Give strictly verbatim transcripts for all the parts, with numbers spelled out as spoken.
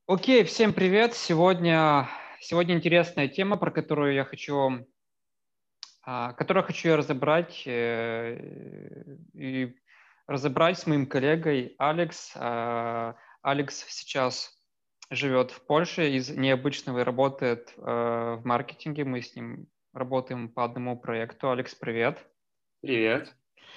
Окей, всем привет. Сегодня, сегодня интересная тема, про которую я хочу, а, которую хочу я разобрать э, и разобрать с моим коллегой Алекс. А, Алекс сейчас живет в Польше из необычного и работает э, в маркетинге. Мы с ним работаем по одному проекту. Алекс, привет. Привет.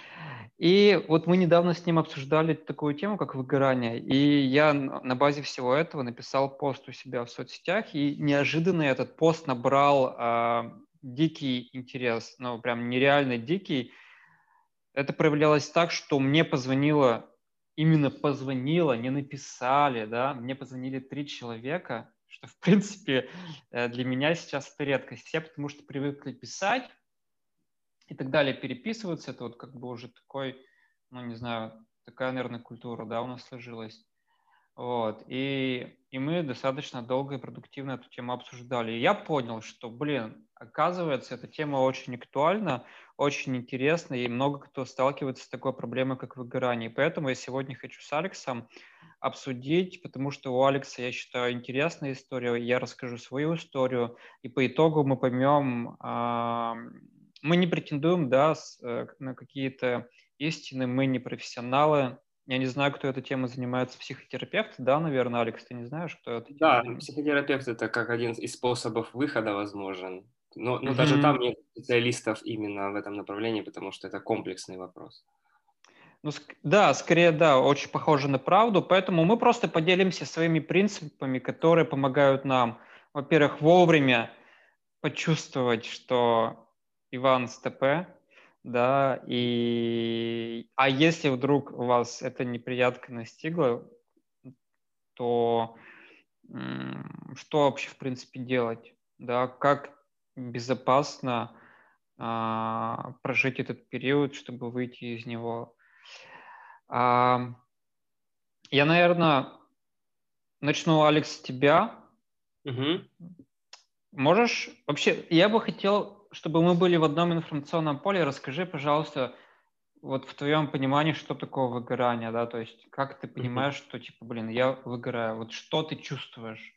И вот мы недавно с ним обсуждали такую тему, как выгорание, и я н- на базе всего этого написал пост у себя в соцсетях, и неожиданно этот пост набрал а, дикий интерес, ну прям нереально дикий. Это проявлялось так, что мне позвонило, именно позвонило, не написали, да, мне позвонили три человека, что в принципе э, для меня сейчас это редкость. Все потому что привыкли писать, и так далее, переписываться. Это вот как бы уже такой, ну, не знаю, такая, наверное, культура, да, у нас сложилась. Вот. И, и мы достаточно долго и продуктивно эту тему обсуждали. И я понял, что, блин, оказывается, эта тема очень актуальна, очень интересна, и много кто сталкивается с такой проблемой, как выгорание. И поэтому я сегодня хочу с Алексом обсудить, потому что у Алекса, я считаю, интересная история, я расскажу свою историю, и по итогу мы поймем, а, мы не претендуем, да, с, э, на какие-то истины, мы не профессионалы. Я не знаю, кто этой темой занимается, психотерапевт, да, наверное, Алекс, ты не знаешь, кто этой темой Да, занимается? психотерапевт это как один из способов выхода возможен. Но, но даже там Мгм. нет специалистов именно в этом направлении, потому что это комплексный вопрос. Ну, ск- да, скорее, да, очень похоже на правду, поэтому мы просто поделимся своими принципами, которые помогают нам, во-первых, вовремя почувствовать, что Иван с ТП, да, и а если вдруг у вас эта неприятка настигла, то м, что вообще в принципе делать, да, как безопасно а, прожить этот период, чтобы выйти из него. А, я, наверное, начну, Алекс, с тебя. Мгм. Можешь вообще, я бы хотел, чтобы мы были в одном информационном поле. Расскажи, пожалуйста, вот в твоем понимании, что такое выгорание, да, то есть как ты Мгм. понимаешь, что типа, блин, я выгораю, вот что ты чувствуешь?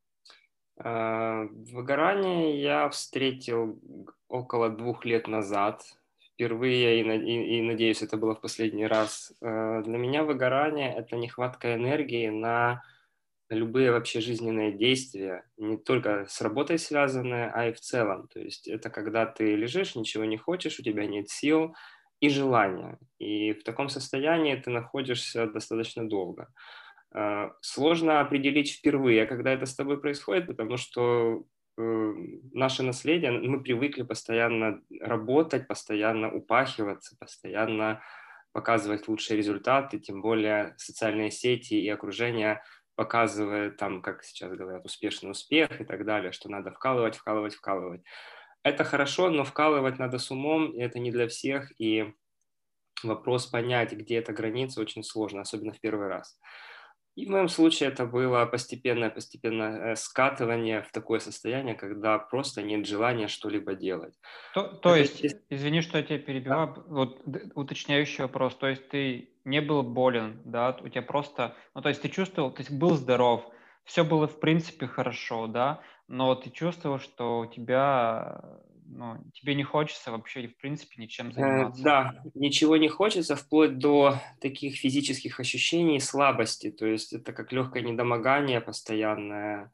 А, Выгорание я встретил г- около двух лет назад. Впервые, и, на- и- и, надеюсь, это было в последний раз. Э, Для меня выгорание – это нехватка энергии на любые вообще жизненные действия, не только с работой связанные, а и в целом. То есть это когда ты лежишь, ничего не хочешь, у тебя нет сил и желания. И в таком состоянии ты находишься достаточно долго. А, Сложно определить впервые, когда это с тобой происходит, потому что э, наше наследие, мы привыкли постоянно работать, постоянно упахиваться, постоянно показывать лучшие результаты, тем более социальные сети и окружение показывает там, как сейчас говорят, успешный успех и так далее, что надо вкалывать, вкалывать, вкалывать. Это хорошо, но вкалывать надо с умом, и это не для всех, и вопрос понять, где эта граница, очень сложно, особенно в первый раз. И в моем случае это было постепенное, постепенное э, скатывание в такое состояние, когда просто нет желания что-либо делать. То, то Это, есть, естественно, извини, что я тебя да. перебиваю, вот д- уточняющий вопрос, то есть ты не был болен, да, у тебя просто, ну то есть ты чувствовал, то есть был здоров, все было в принципе хорошо, да, но ты чувствовал, что у тебя, ну, тебе не хочется вообще в принципе ничем Э, заниматься. да, ничего не хочется, вплоть до таких физических ощущений слабости, то есть это как легкое недомогание постоянное,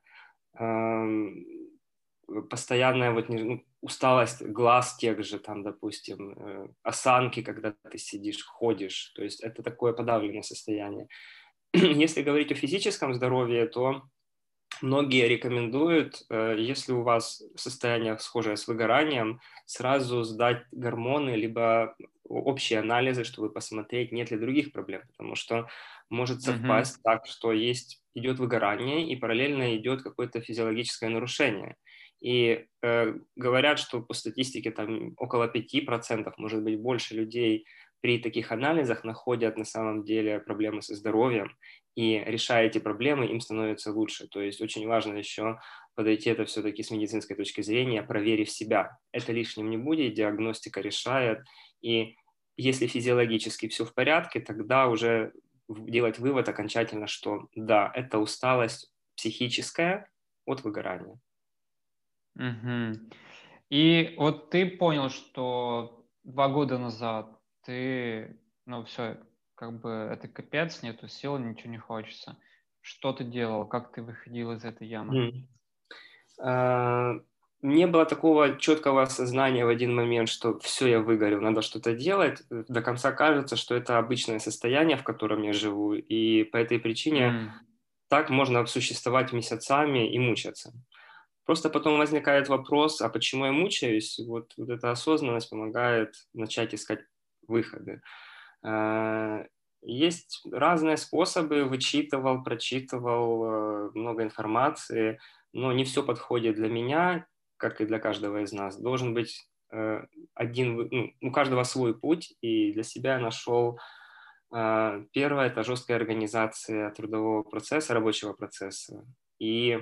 эм, постоянная вот не- ну, усталость глаз тех же, там, допустим, э, осанки, когда ты сидишь, ходишь, то есть это такое подавленное состояние. Если говорить о физическом здоровье, то многие рекомендуют, э, если у вас состояние схожее с выгоранием, сразу сдать гормоны, либо общие анализы, чтобы посмотреть, нет ли других проблем, потому что может Мгм. совпасть так, что есть, идет выгорание и параллельно идет какое-то физиологическое нарушение. И э, говорят, что по статистике там около пяти процентов, может быть, больше людей при таких анализах находят на самом деле проблемы со здоровьем, и решая эти проблемы, им становится лучше. То есть очень важно еще подойти это все-таки с медицинской точки зрения, проверив себя. Это лишним не будет, диагностика решает. И если физиологически все в порядке, тогда уже делать вывод окончательно, что да, это усталость, психическое от выгорания. Угу. И вот ты понял, что два года назад ты, ну все, как бы это капец, нету сил, ничего не хочется. Что ты делал? Как ты выходил из этой ямы? М. А, Не было такого четкого осознания в один момент, что все, я выгорел, надо что-то делать. До конца кажется, что это обычное состояние, в котором я живу, и по этой причине М. так можно существовать месяцами и мучаться. Просто потом возникает вопрос, а почему я мучаюсь? Вот, вот эта осознанность помогает начать искать выходы. А, Есть разные способы, вычитывал, прочитывал э, много информации, но не все подходит для меня, как и для каждого из нас. Должен быть э, один, вы- ну, у каждого свой путь, и для себя я нашел а, первое– это жесткая организация трудового процесса, рабочего процесса. И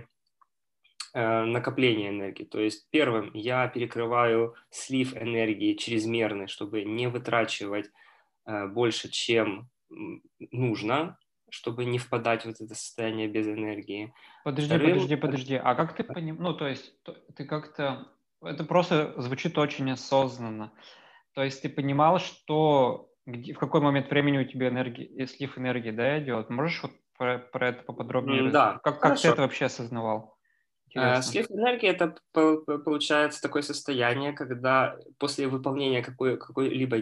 э, накопление энергии. То есть первым я перекрываю слив энергии чрезмерный, чтобы не вытрачивать э, больше, чем м, нужно, чтобы не впадать в вот это состояние без энергии. Подожди, Вторым, подожди, подожди. А как ты поним... Ну, то есть то- ты как-то... Это просто звучит очень осознанно. То есть ты понимал, что где, в какой момент времени у тебя энергии, и слив энергии, да, идет? Можешь вот про, про это поподробнее м, раз... да, Как, как ты хорошо. это вообще осознавал? Э, Интересно. Слив энергии– это по- по- получается такое состояние, когда после выполнения какой- какой-либо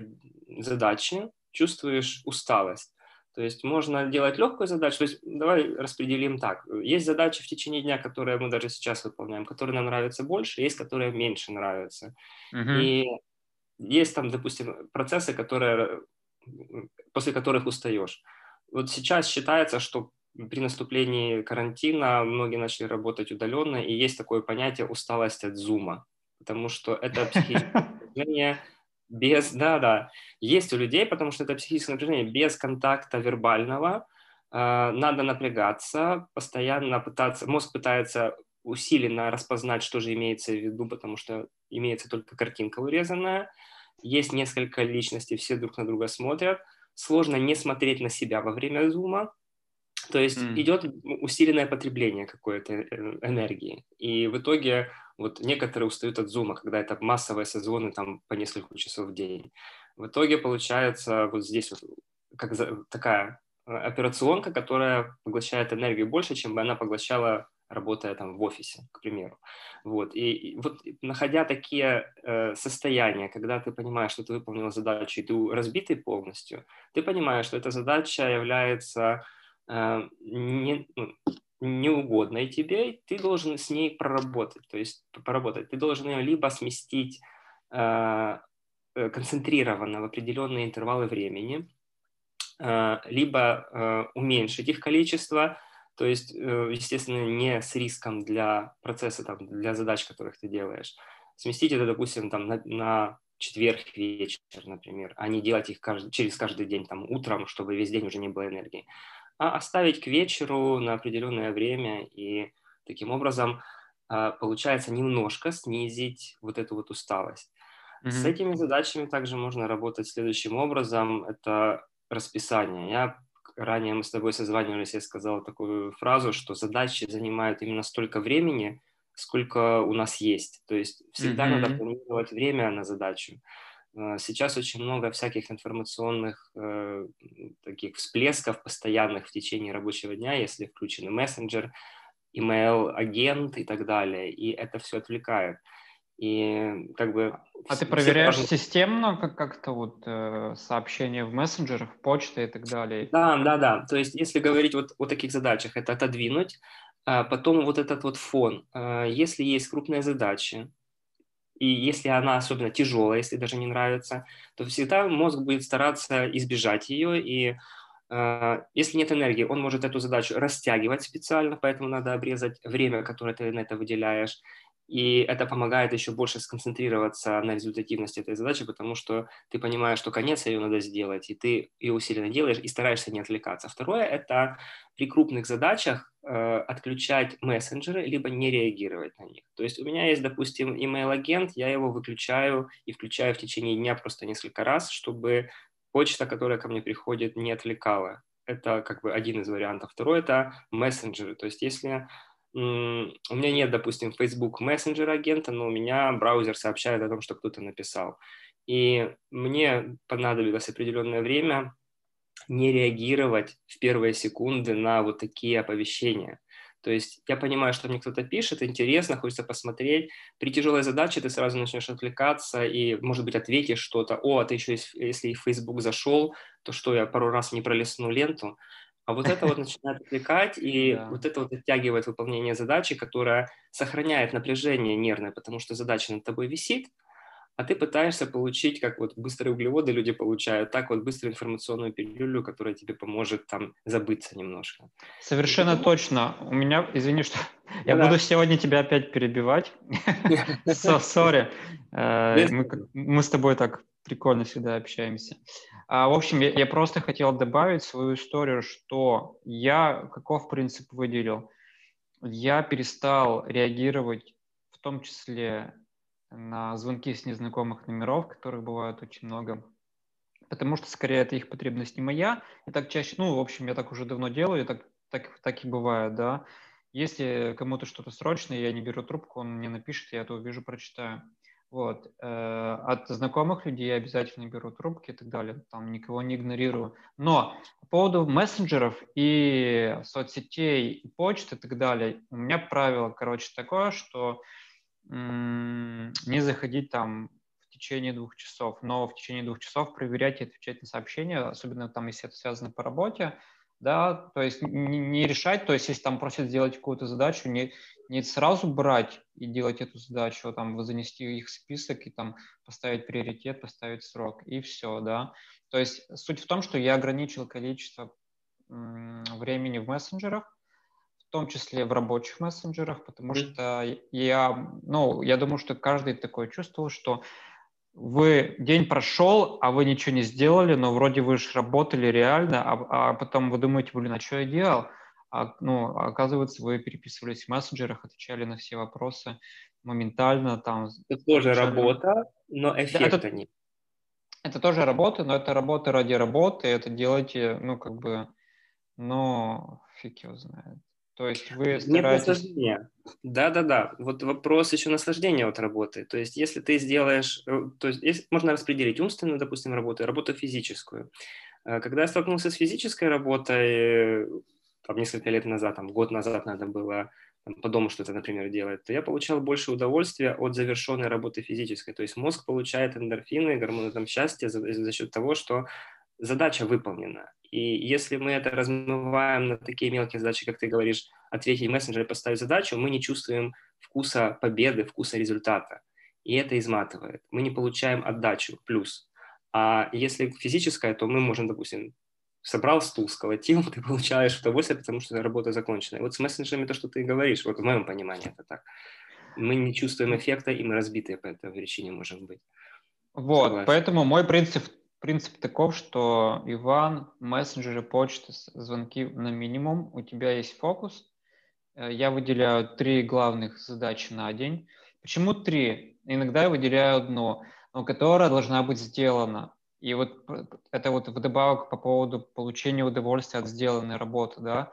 задачи чувствуешь усталость. То есть можно делать легкую задачу. То есть давай распределим так. Есть задачи в течение дня, которые мы даже сейчас выполняем, которые нам нравятся больше, есть, которые меньше нравятся. Угу. И есть там, допустим, процессы, которые, м, после которых устаешь. Вот сейчас считается, что при наступлении карантина многие начали работать удаленно, и есть такое понятие усталость от зума, потому что это психическое напряжение без... Да-да, есть у людей, потому что это психическое напряжение без контакта вербального, а, надо напрягаться, постоянно пытаться, мозг пытается усиленно распознать, что же имеется в виду, потому что имеется только картинка вырезанная, есть несколько личностей, все друг на друга смотрят, сложно не смотреть на себя во время зума, то есть М. идет усиленное потребление какой-то э, энергии. И в итоге вот некоторые устают от зума, когда это массовые созвоны там по несколько часов в день. В итоге получается вот здесь вот как за, такая э, операционка, которая поглощает энергию больше, чем бы она поглощала, работая там в офисе, к примеру. Вот. И, и вот находя такие э, состояния, когда ты понимаешь, что ты выполнил задачу, и ты разбитый полностью, ты понимаешь, что эта задача является э, не, ну, неугодной тебе, и ты должен с ней проработать, то есть поработать. Ты должен ее либо сместить э, э, концентрированно в определенные интервалы времени, э, либо э, уменьшить их количество, то есть, э, естественно, не с риском для процесса, там, для задач, которых ты делаешь. Сместить это, допустим, там, на, на четверг вечер, например, а не делать их каждый, через каждый день там, утром, чтобы весь день уже не было энергии, а оставить к вечеру на определенное время, и таким образом а, получается немножко снизить вот эту вот усталость. С Мгм. этими задачами также можно работать следующим образом. Это расписание. Я ранее мы с тобой созванивались, я сказал такую фразу, что задачи занимают именно столько времени, сколько у нас есть. То есть всегда надо Мгм. планировать время на задачу. Э, Сейчас очень много всяких информационных э, таких всплесков постоянных в течение рабочего дня, если включен мессенджер, email-агент и так далее. И это все отвлекает. И как бы А ты все проверяешь должны... системно как- как-то вот э, сообщения в мессенджерах, почта и так далее? Да, да, да. То есть если говорить вот о таких задачах, это отодвинуть, а потом вот этот вот фон. А, Если есть крупные задачи, и если она особенно тяжелая, если даже не нравится, то всегда мозг будет стараться избежать ее, и э, если нет энергии, он может эту задачу растягивать специально, поэтому надо обрезать время, которое ты на это выделяешь, и это помогает еще больше сконцентрироваться на результативности этой задачи, потому что ты понимаешь, что конец ее надо сделать, и ты ее усиленно делаешь и стараешься не отвлекаться. Второе– это при крупных задачах э, отключать мессенджеры, либо не реагировать на них. То есть у меня есть, допустим, email-агент, я его выключаю и включаю в течение дня просто несколько раз, чтобы почта, которая ко мне приходит, не отвлекала это как бы один из вариантов. Второй – это мессенджеры. То есть если м, у меня нет, допустим, Facebook мессенджера агента, но у меня браузер сообщает о том, что кто-то написал. И мне понадобилось определенное время не реагировать в первые секунды на вот такие оповещения. То есть я понимаю, что мне кто-то пишет, интересно, хочется посмотреть. При тяжелой задаче ты сразу начнешь отвлекаться и, может быть, ответишь что-то. О, а ты еще, если в Facebook зашел, то что, я пару раз не пролистну ленту? А вот это вот начинает отвлекать, и Да. вот это вот оттягивает выполнение задачи, которая сохраняет напряжение нервное, потому что задача над тобой висит, а ты пытаешься получить, как вот быстрые углеводы люди получают, так вот быструю информационную пилюлю, которая тебе поможет там забыться немножко. И Совершенно потому... точно. У меня, извини, что я буду Да-да. сегодня тебя опять перебивать. Со- Сори. Э, Без Мы, как- проблем. мы с тобой так прикольно всегда общаемся. А, в общем, я, я просто хотел добавить свою историю, что я каков принцип выделил. Я перестал реагировать, в том числе на звонки с незнакомых номеров, которых бывает очень много, потому что, скорее, это их потребность не моя. И так чаще, ну, в общем, я так уже давно делаю, и так, так, так и бывает, да. Если кому-то что-то срочное, я не беру трубку, он мне напишет, я это увижу, прочитаю. Вот. Э, От знакомых людей я обязательно беру трубки и так далее, там никого не игнорирую. Но по поводу мессенджеров и соцсетей, и почты и так далее, у меня правило, короче, такое, что м, не заходить там в течение двух часов, но в течение двух часов проверять и отвечать на сообщения, особенно там, если это связано по работе, да, то есть не, не решать, то есть если там просят сделать какую-то задачу, не, не сразу брать и делать эту задачу, а там занести их в список и там поставить приоритет, поставить срок, и все, да. То есть суть в том, что я ограничил количество м, времени в мессенджерах, в том числе в рабочих мессенджерах, потому Мгм. что я, ну, я думаю, что каждый такое чувствовал, что вы день прошел, а вы ничего не сделали, но вроде вы же работали реально, а, а потом вы думаете, блин, а что я делал? А, ну, оказывается, вы переписывались в мессенджерах, отвечали на все вопросы моментально, там, Это тоже отвечали... работа, но Да, эффекта это, нет. это тоже работа, но это работа ради работы, это делаете, ну, как бы, ну, фиг его знает. То есть вы Нет стараетесь... наслаждения. Да-да-да. Вот вопрос еще наслаждения от работы. То есть если ты сделаешь... э, То есть если, можно распределить умственную, допустим, работу и работу физическую. Э, Когда я столкнулся с физической работой, э, там, несколько лет назад, там, год назад надо было там, по дому что-то, например, делать, то я получал больше удовольствия от завершенной работы физической. То есть мозг получает эндорфины, гормоны там, счастья за, за счет того, что задача выполнена. И если мы это размываем на такие мелкие задачи, как ты говоришь, ответить в мессенджере, поставить задачу, мы не чувствуем вкуса победы, вкуса результата. И это изматывает. Мы не получаем отдачу, плюс. А если физическое, то мы можем, допустим, собрал стул, сколотил, ты получаешь удовольствие, потому что работа закончена. И вот с мессенджерами то, что ты говоришь, вот в моем понимании это так. Мы не чувствуем эффекта, и мы разбитые по этой причине можем быть. Вот, Согласен. поэтому мой принцип, принцип таков, что Иван, мессенджеры, почта, с- звонки на минимум, у тебя есть фокус. Э, Я выделяю три главных задачи на день. Почему три? Иногда я выделяю одну, но которая должна быть сделана. И вот п- п- это вот вдобавок по поводу получения удовольствия от сделанной работы, да.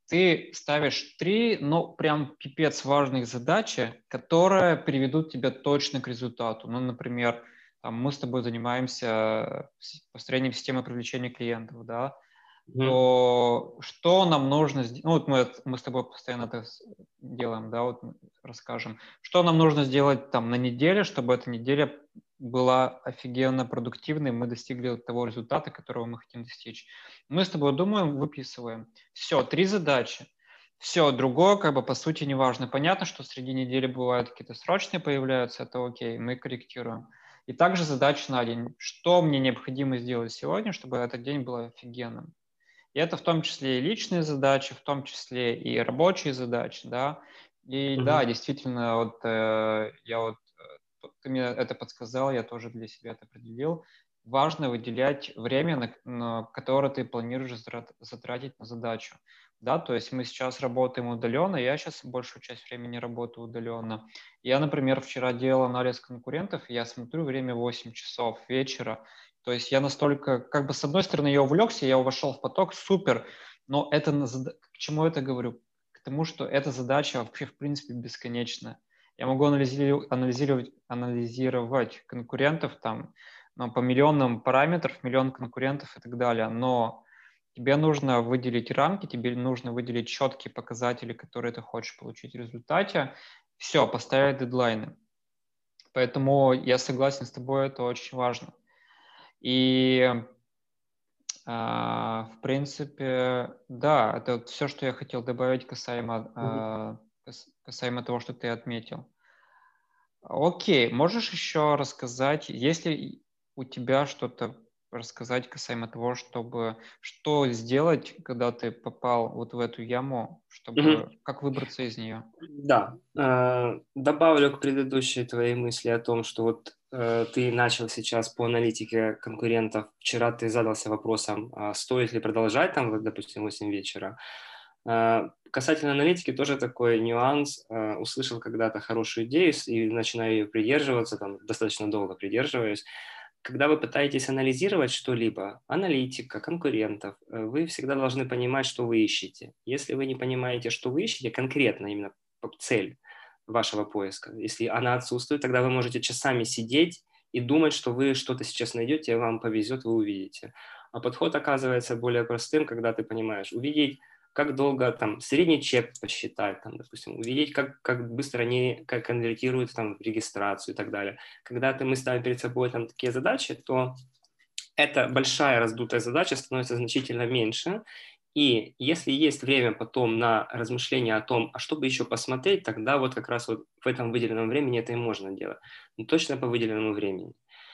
Ты ставишь три, ну, прям пипец важных задачи, которые приведут тебя точно к результату. Ну, например, там, мы с тобой занимаемся с- построением системы привлечения клиентов, да, Мгм. то что нам нужно сделать? Ну, вот мы, это- мы с тобой постоянно это с- делаем, да, вот мы расскажем. Что нам нужно сделать там на неделе, чтобы эта неделя была офигенно продуктивной, мы достигли того результата, которого мы хотим достичь. Мы с тобой думаем, выписываем. Все, три задачи. Все, другое, как бы, по сути, не важно. Понятно, что среди недели бывают какие-то срочные появляются, это окей, мы корректируем. И также задача на день. Что мне необходимо сделать сегодня, чтобы этот день был офигенным? И это в том числе и личные задачи, в том числе и рабочие задачи, да. И да, Мгм. действительно, вот э, я вот, э, ты мне это подсказал, я тоже для себя это определил. Важно выделять время, на, на которое ты планируешь затрат- затратить на задачу. Да, то есть мы сейчас работаем удаленно, я сейчас большую часть времени работаю удаленно. Я, например, вчера делал анализ конкурентов, и я смотрю время восемь часов вечера, То есть я настолько, как бы с одной стороны, я увлекся, я вошел в поток, супер, но это, к чему это говорю? К тому, что эта задача вообще, в принципе, бесконечна. Я могу анализировать, анализировать, анализировать конкурентов там, ну, по миллионам параметров, миллион конкурентов и так далее, но тебе нужно выделить рамки, тебе нужно выделить четкие показатели, которые ты хочешь получить в результате. Все, поставить дедлайны. Поэтому я согласен с тобой, это очень важно. И, в принципе, да, это вот все, что я хотел добавить касаемо, касаемо того, что ты отметил. Окей, можешь еще рассказать, есть ли у тебя что-то рассказать касаемо того, чтобы что сделать, когда ты попал вот в эту яму, чтобы Мгм. как выбраться из нее? Да, э, добавлю к предыдущей твоей мысли о том, что вот э, ты начал сейчас по аналитике конкурентов. Вчера ты задался вопросом, а стоит ли продолжать там, вот, допустим, в восемь вечера. Э, касательно аналитики тоже такой нюанс. Э, услышал когда-то хорошую идею и начинаю ее придерживаться, там, достаточно долго придерживаюсь. Когда вы пытаетесь анализировать что-либо, аналитика, конкурентов, э, вы всегда должны понимать, что вы ищете. Если вы не понимаете, что вы ищете, конкретно именно цель вашего поиска, если она отсутствует, тогда вы можете часами сидеть и думать, что вы что-то сейчас найдете, вам повезет, вы увидите. А подход оказывается более простым, когда ты понимаешь, увидеть, как долго там средний чек посчитать, там, допустим, увидеть, как, как быстро они как конвертируют там, в регистрацию и так далее. Когда ты, мы ставим перед собой там, такие задачи, то эта большая раздутая задача становится значительно меньше. И если есть время потом на размышление о том, а что бы еще посмотреть, тогда вот как раз вот в этом выделенном времени это и можно делать. Но точно по выделенному времени.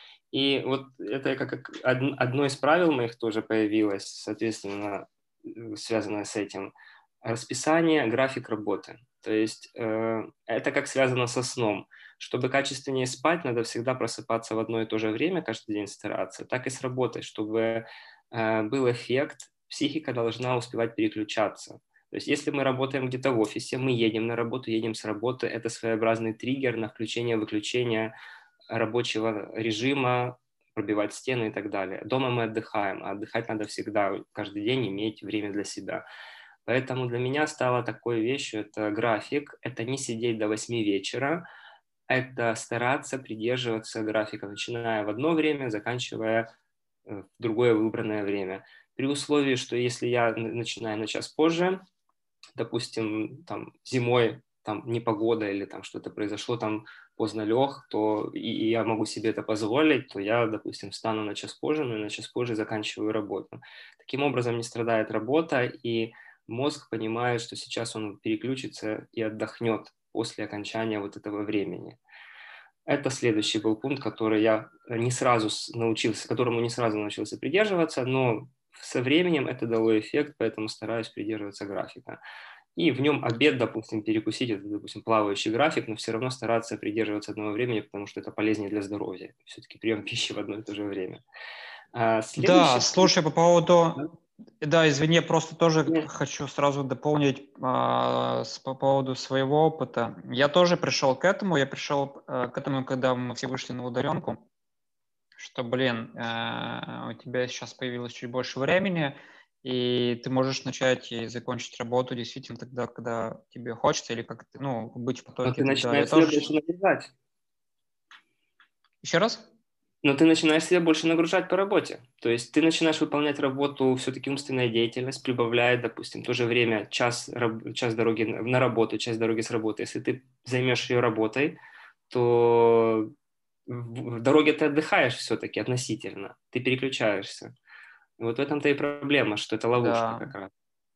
И вот это как одно из правил моих тоже появилось, соответственно, связанное с этим. Расписание, график работы. То есть э, это как связано со сном. Чтобы качественнее спать, надо всегда просыпаться в одно и то же время, каждый день стараться. Так и с работой. Чтобы э, был эффект, психика должна успевать переключаться. То есть если мы работаем где-то в офисе, мы едем на работу, едем с работы, это своеобразный триггер на включение-выключение рабочего режима, пробивать стены и так далее. Дома мы отдыхаем, а отдыхать надо всегда, каждый день иметь время для себя. Поэтому для меня стало такой вещью, это график, это не сидеть до восьми вечера, это стараться придерживаться графика, начиная в одно время, заканчивая в другое выбранное время. При условии, что если я начинаю на час позже, допустим, там зимой там непогода или там что-то произошло, там поздно лег, то и, и я могу себе это позволить, то я, допустим, встану на час позже, но и на час позже заканчиваю работу. Таким образом не страдает работа, и мозг понимает, что сейчас он переключится и отдохнет после окончания вот этого времени. Это следующий был пункт, который я не сразу научился, которому не сразу научился придерживаться, но со временем это дало эффект, поэтому стараюсь придерживаться графика. И в нем обед, допустим, перекусить, это, допустим, плавающий график, но все равно стараться придерживаться одного времени, потому что это полезнее для здоровья. Все-таки прием пищи в одно и то же время. А Да, следующий... слушай, по поводу... Да, извини, я просто тоже Нет. хочу сразу дополнить а, с, по поводу своего опыта. Я тоже пришел к этому, я пришел а, к этому, когда мы все вышли на удаленку, что, блин, а, у тебя сейчас появилось чуть больше времени, и ты можешь начать и закончить работу действительно тогда, когда тебе хочется, или как ну, быть в Но потоке ты и так далее. начинаешь Я себя тоже... больше нагружать. Еще раз? Но ты начинаешь себя больше нагружать по работе. То есть ты начинаешь выполнять работу, все-таки умственная деятельность прибавляет, допустим, в то же время час, час дороги на работу, часть дороги с работы. Если ты займешь ее работой, то в дороге ты отдыхаешь все-таки относительно, ты переключаешься. Вот в этом-то и проблема, что это ловушка Да. как раз.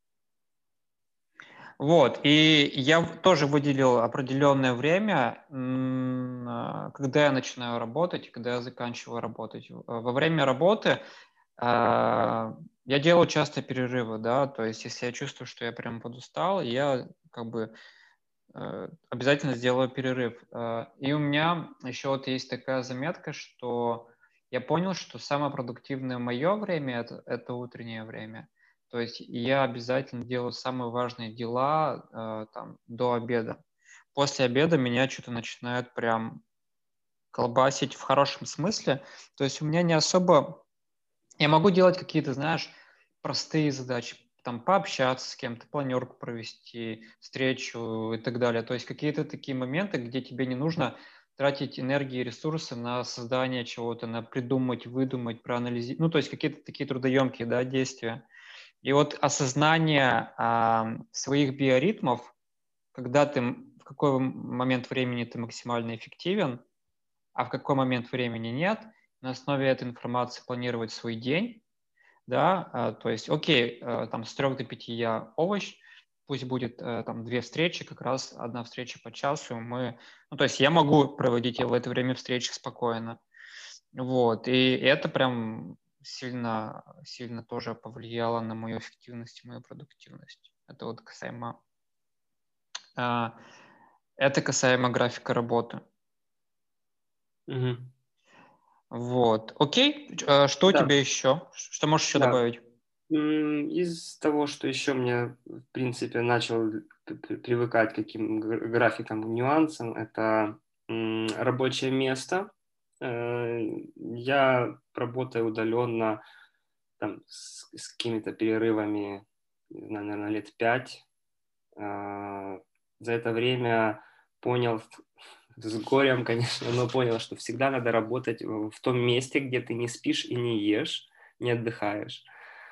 Вот, и я тоже выделил определенное время, м, когда я начинаю работать и когда я заканчиваю работать. Во время работы а, я делаю часто перерывы, да, то есть если я чувствую, что я прям подустал, я как бы э, обязательно сделаю перерыв. Э, И у меня еще вот есть такая заметка, что я понял, что самое продуктивное мое время это, это утреннее время. То есть я обязательно делаю самые важные дела э, там, до обеда. После обеда меня что-то начинает прям колбасить в хорошем смысле. То есть у меня не особо... Я могу делать какие-то, знаешь, простые задачи, там пообщаться с кем-то, планерку провести, встречу и так далее. То есть какие-то такие моменты, где тебе не нужно тратить энергии и ресурсы на создание чего-то, на придумать, выдумать, проанализировать. Ну, то есть какие-то такие трудоемкие, да, действия. И вот осознание а, своих биоритмов, когда ты, в какой момент времени ты максимально эффективен, а в какой момент времени нет, на основе этой информации планировать свой день, да, а, то есть, окей, а, там с трех до пяти я овощ, пусть будет а, там две встречи, как раз одна встреча по часу, мы, ну, то есть я могу проводить в это время встречи спокойно, вот, и это прям сильно, сильно тоже повлияло на мою эффективность и мою продуктивность. Это вот касаемо, а, это касаемо графика работы. Угу. Вот, окей, а что у Да, тебя еще? Что можешь еще да. добавить? М, Из того, что еще мне, в принципе, начал п- п- привыкать к каким гр- графикам, нюансам, это м, рабочее место. Э, Я работаю удаленно там, с, с какими-то перерывами, наверное, лет пять. А, За это время понял, с горем, конечно, но понял, что всегда надо работать в в том месте, где ты не спишь и не ешь, не отдыхаешь.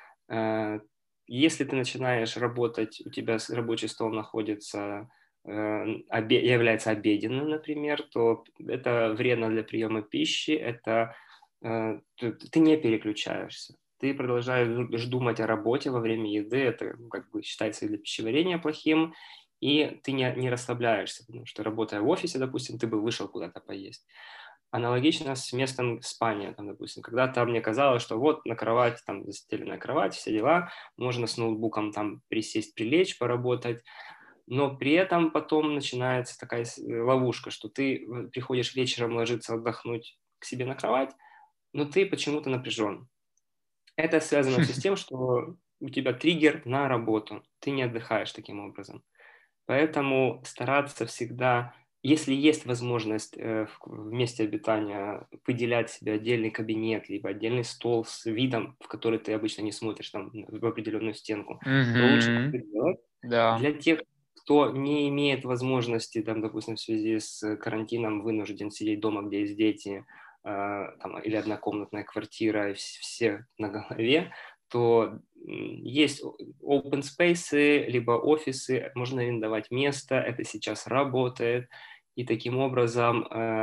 Э, Если ты начинаешь работать, у тебя с- рабочий стол находится, э, обе- является обеденным, например, то это вредно для приема пищи, это э, ты ты не переключаешься. Ты продолжаешь думать о работе во время еды, это ну, как бы считается для пищеварения плохим, и ты не, не расслабляешься, потому что работая в офисе, допустим, ты бы вышел куда-то поесть. Аналогично с местом спания, там, допустим, когда-то мне казалось, что вот на кровать, там застеленная кровать, все дела, можно с ноутбуком там присесть, прилечь, поработать, но при этом потом начинается такая с- ловушка, что ты э, приходишь вечером ложиться отдохнуть к себе на кровать, но ты почему-то напряжен. Это связано все с тем, что у тебя триггер на работу, ты не отдыхаешь таким образом. Поэтому стараться всегда, если есть возможность э, в в месте обитания выделять себе отдельный кабинет, либо отдельный стол с видом, в который ты обычно не смотришь там в определенную стенку, то лучше Угу, это делать. да. Для тех, кто не имеет возможности, там, допустим, в связи с карантином вынужден сидеть дома, где есть дети, э, там, или однокомнатная квартира, и вс- все на голове, то м, есть о- open space, либо офисы, можно арендовать место, это сейчас работает, и таким образом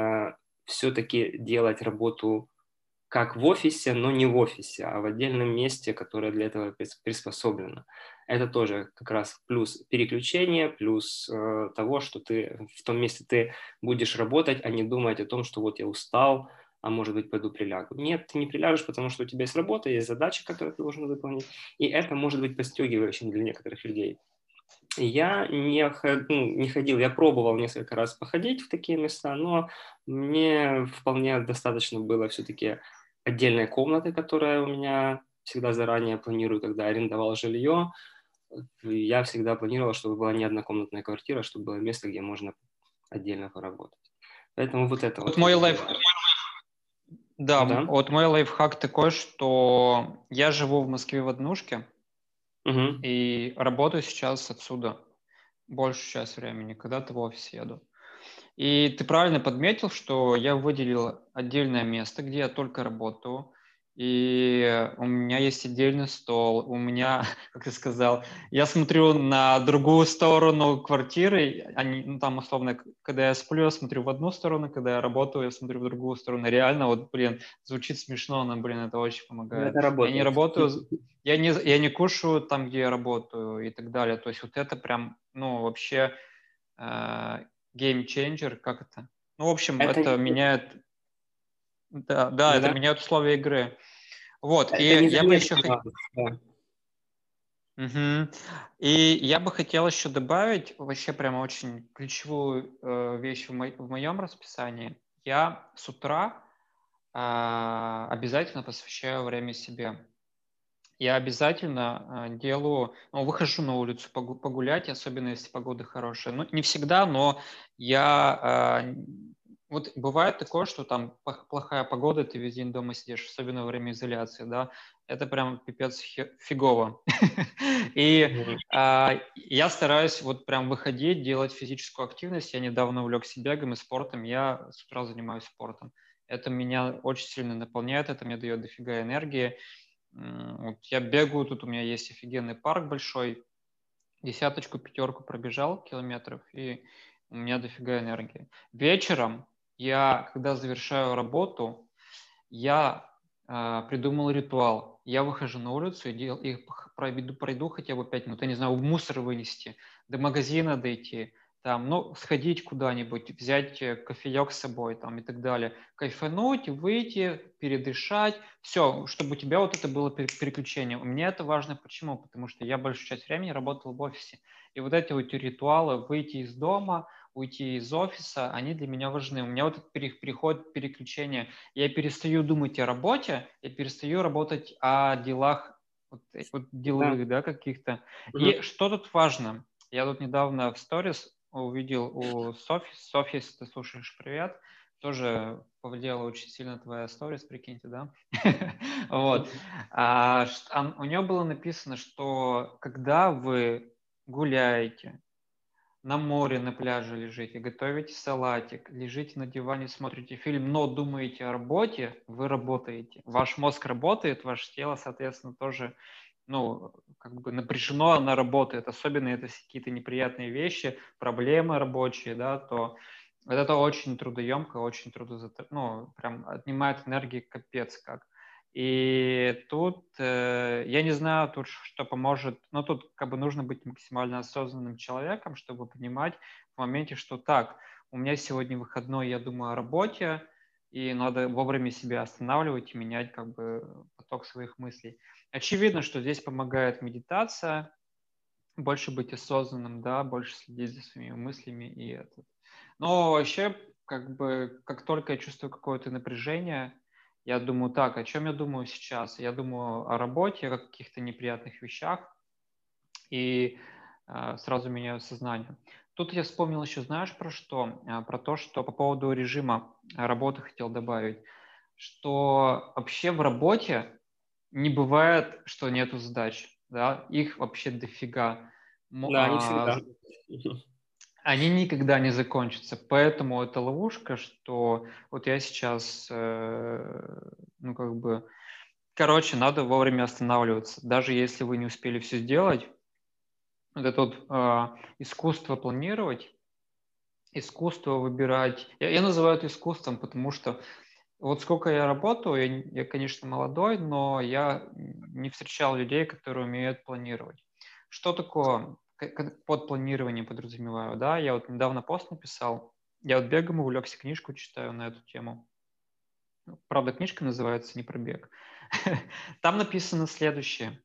все-таки делать работу как в офисе, но не в офисе, а в отдельном месте, которое для этого прис- приспособлено. Это тоже как раз плюс переключение, плюс э, того, что ты в том месте ты будешь работать, а не думать о том, что вот я устал, а может быть пойду прилягу. Нет, ты не приляжешь, потому что у тебя есть работа, есть задача, которую ты должен выполнить, и это может быть подстегивающим для некоторых людей. Я не, хо- ну, не ходил, я пробовал несколько раз походить в такие места, но мне вполне достаточно было все-таки отдельной комнаты, которая у меня всегда заранее планирую, когда арендовал жилье. И я всегда планировал, чтобы была не однокомнатная квартира, чтобы было место, где можно отдельно поработать. Поэтому вот это Вот вот я мой люблю. лайф, да, м, Да. вот мой лайфхак такой, что я живу в Москве в однушке Мгм. и работаю сейчас отсюда большую часть времени, когда-то в офис еду. И ты правильно подметил, что я выделил отдельное место, где я только работаю. И у меня есть отдельный стол. У меня, как ты сказал, я смотрю на другую сторону квартиры. Они, ну, там, условно, к- когда я сплю, я смотрю в одну сторону, когда я работаю, я смотрю в другую сторону. Реально, вот, блин, звучит смешно, но, блин, это очень Ну, помогает. это Я не работает. работаю, я не, я не кушаю там, где я работаю и так далее. То есть вот это прям, ну, вообще э, геймченджер, как это? Ну, в общем, Это, это не- меняет, да, да, это да-да. меняет условия игры. Вот, и Это я бы еще незаметный хотел... нюанс, да. И я бы хотел еще добавить вообще прямо очень ключевую э, вещь в, мо- в моем расписании. Я с утра а, обязательно посвящаю время себе. Я обязательно э, делаю, ну, выхожу на улицу погу- погулять, особенно если погода хорошая. Ну, не всегда, но я Вот бывает такое, что там плохая погода, ты весь день дома сидишь, особенно во время изоляции, да, это прям пипец фигово. И а, я стараюсь вот прям выходить, делать физическую активность. Я недавно увлекся бегом и спортом, я с утра занимаюсь спортом. Это меня очень сильно наполняет, это мне дает дофига энергии. Вот я бегаю, тут у меня есть офигенный парк большой, десяточку, пятерку пробежал километров, и у меня дофига энергии. Вечером я, когда завершаю работу, я э, придумал ритуал. Я выхожу на улицу и, дел, и пройду, пройду хотя бы пять минут, я не знаю, мусор вынести, до магазина дойти, там, ну, сходить куда-нибудь, взять кофеек с собой там, и так далее, кайфануть, выйти, передышать, все, чтобы у тебя вот это было переключение. Мне это важно. Почему? Потому что я большую часть времени работал в офисе. И вот эти вот ритуалы, выйти из дома, уйти из офиса, они для меня важны. У меня вот этот переход, переключение. Я перестаю думать о работе, я перестаю работать о делах, вот, вот Да. деловых, да, каких-то. Мгм. И что тут важно? Я тут недавно в сторис увидел у Софи. Софья, если ты слушаешь, привет. Тоже повлияла очень сильно твоя сторис, прикиньте, да? Вот. А, у нее было написано, что когда вы гуляете, на море, на пляже лежите, готовите салатик, лежите на диване, смотрите фильм, но думаете о работе, вы работаете. Ваш мозг работает, ваше тело, соответственно, тоже, ну, как бы напряжено, она работает. Особенно это какие-то неприятные вещи, проблемы рабочие, да, то вот это очень трудоемко, очень трудозатратно, ну, прям отнимает энергии капец как. И тут э, я не знаю, тут что поможет, но тут как бы нужно быть максимально осознанным человеком, чтобы понимать в моменте, что так, у меня сегодня выходной, я думаю о работе, и надо вовремя себя останавливать и менять как бы поток своих мыслей. Очевидно, что здесь помогает медитация, больше быть осознанным, да, больше следить за своими мыслями и это. Но вообще, как бы, как только я чувствую какое-то напряжение, я думаю, так, о чем я думаю сейчас? Я думаю о работе, о каких-то неприятных вещах, и э, сразу меняю сознание. Тут я вспомнил еще, знаешь, про что? Э, про то, что по поводу режима работы хотел добавить, что вообще в работе не бывает, что нету задач, да, их вообще дофига. Да, не всегда. Они никогда не закончатся, поэтому это ловушка, что вот я сейчас, э, ну как бы, короче, надо вовремя останавливаться, даже если вы не успели все сделать. Вот это вот э, искусство планировать, искусство выбирать. Я, я называю это искусством, потому что вот сколько я работаю, я, я, конечно, молодой, но я не встречал людей, которые умеют планировать. Что такое под планированием подразумеваю? Да, я вот недавно пост написал, я вот бегом увлекся, книжку читаю на эту тему. Правда, книжка называется «Не про бег». Там написано следующее.